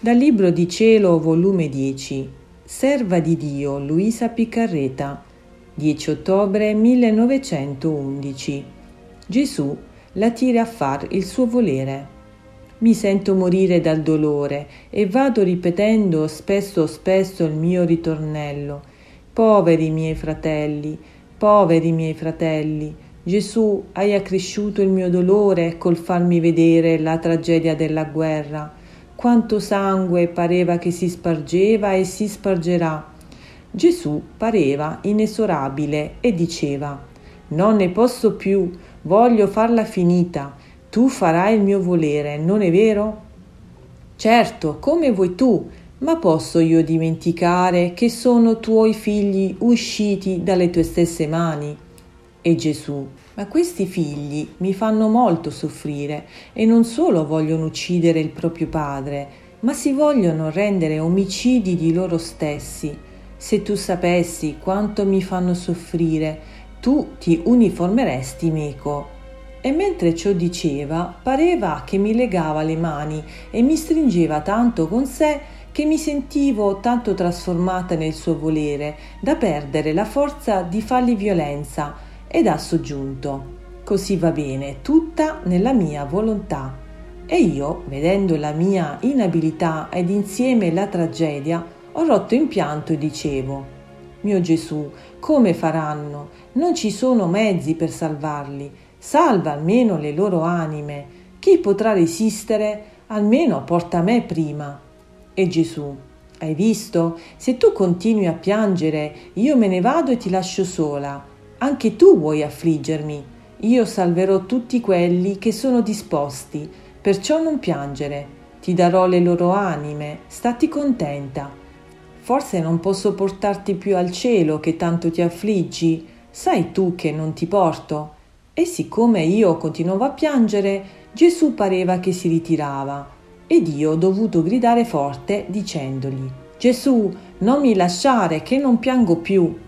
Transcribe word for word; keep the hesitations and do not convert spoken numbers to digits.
Dal Libro di Cielo, volume dieci, Serva di Dio Luisa Piccarreta, dieci ottobre millenovecentoundici. Gesù la tira a far il suo volere. Mi sento morire dal dolore e vado ripetendo spesso spesso il mio ritornello. Poveri miei fratelli, poveri miei fratelli, Gesù, hai accresciuto il mio dolore col farmi vedere la tragedia della guerra. Quanto sangue pareva che si spargeva e si spargerà. Gesù pareva inesorabile e diceva: non ne posso più, voglio farla finita. Tu farai il mio volere, non è vero? Certo, come vuoi tu, ma posso io dimenticare che sono tuoi figli usciti dalle tue stesse mani? E Gesù: ma questi figli mi fanno molto soffrire e non solo vogliono uccidere il proprio padre, ma si vogliono rendere omicidi di loro stessi. Se tu sapessi quanto mi fanno soffrire, tu ti uniformeresti meco. E mentre ciò diceva, pareva che mi legava le mani e mi stringeva tanto con sé che mi sentivo tanto trasformata nel suo volere da perdere la forza di fargli violenza. Ed ha soggiunto: così va bene, tutta nella mia volontà. E io, vedendo la mia inabilità ed insieme la tragedia, ho rotto in pianto e dicevo: mio Gesù, come faranno? Non ci sono mezzi per salvarli. Salva almeno le loro anime. Chi potrà resistere? Almeno porta me prima. E Gesù: hai visto? Se tu continui a piangere, io me ne vado e ti lascio sola. Anche tu vuoi affliggermi. Io salverò tutti quelli che sono disposti, perciò non piangere. Ti darò le loro anime, stati contenta. Forse non posso portarti più al cielo che tanto ti affliggi. Sai tu che non ti porto? E siccome io continuavo a piangere, Gesù pareva che si ritirava, ed io ho dovuto gridare forte dicendogli: Gesù, non mi lasciare, che non piango più.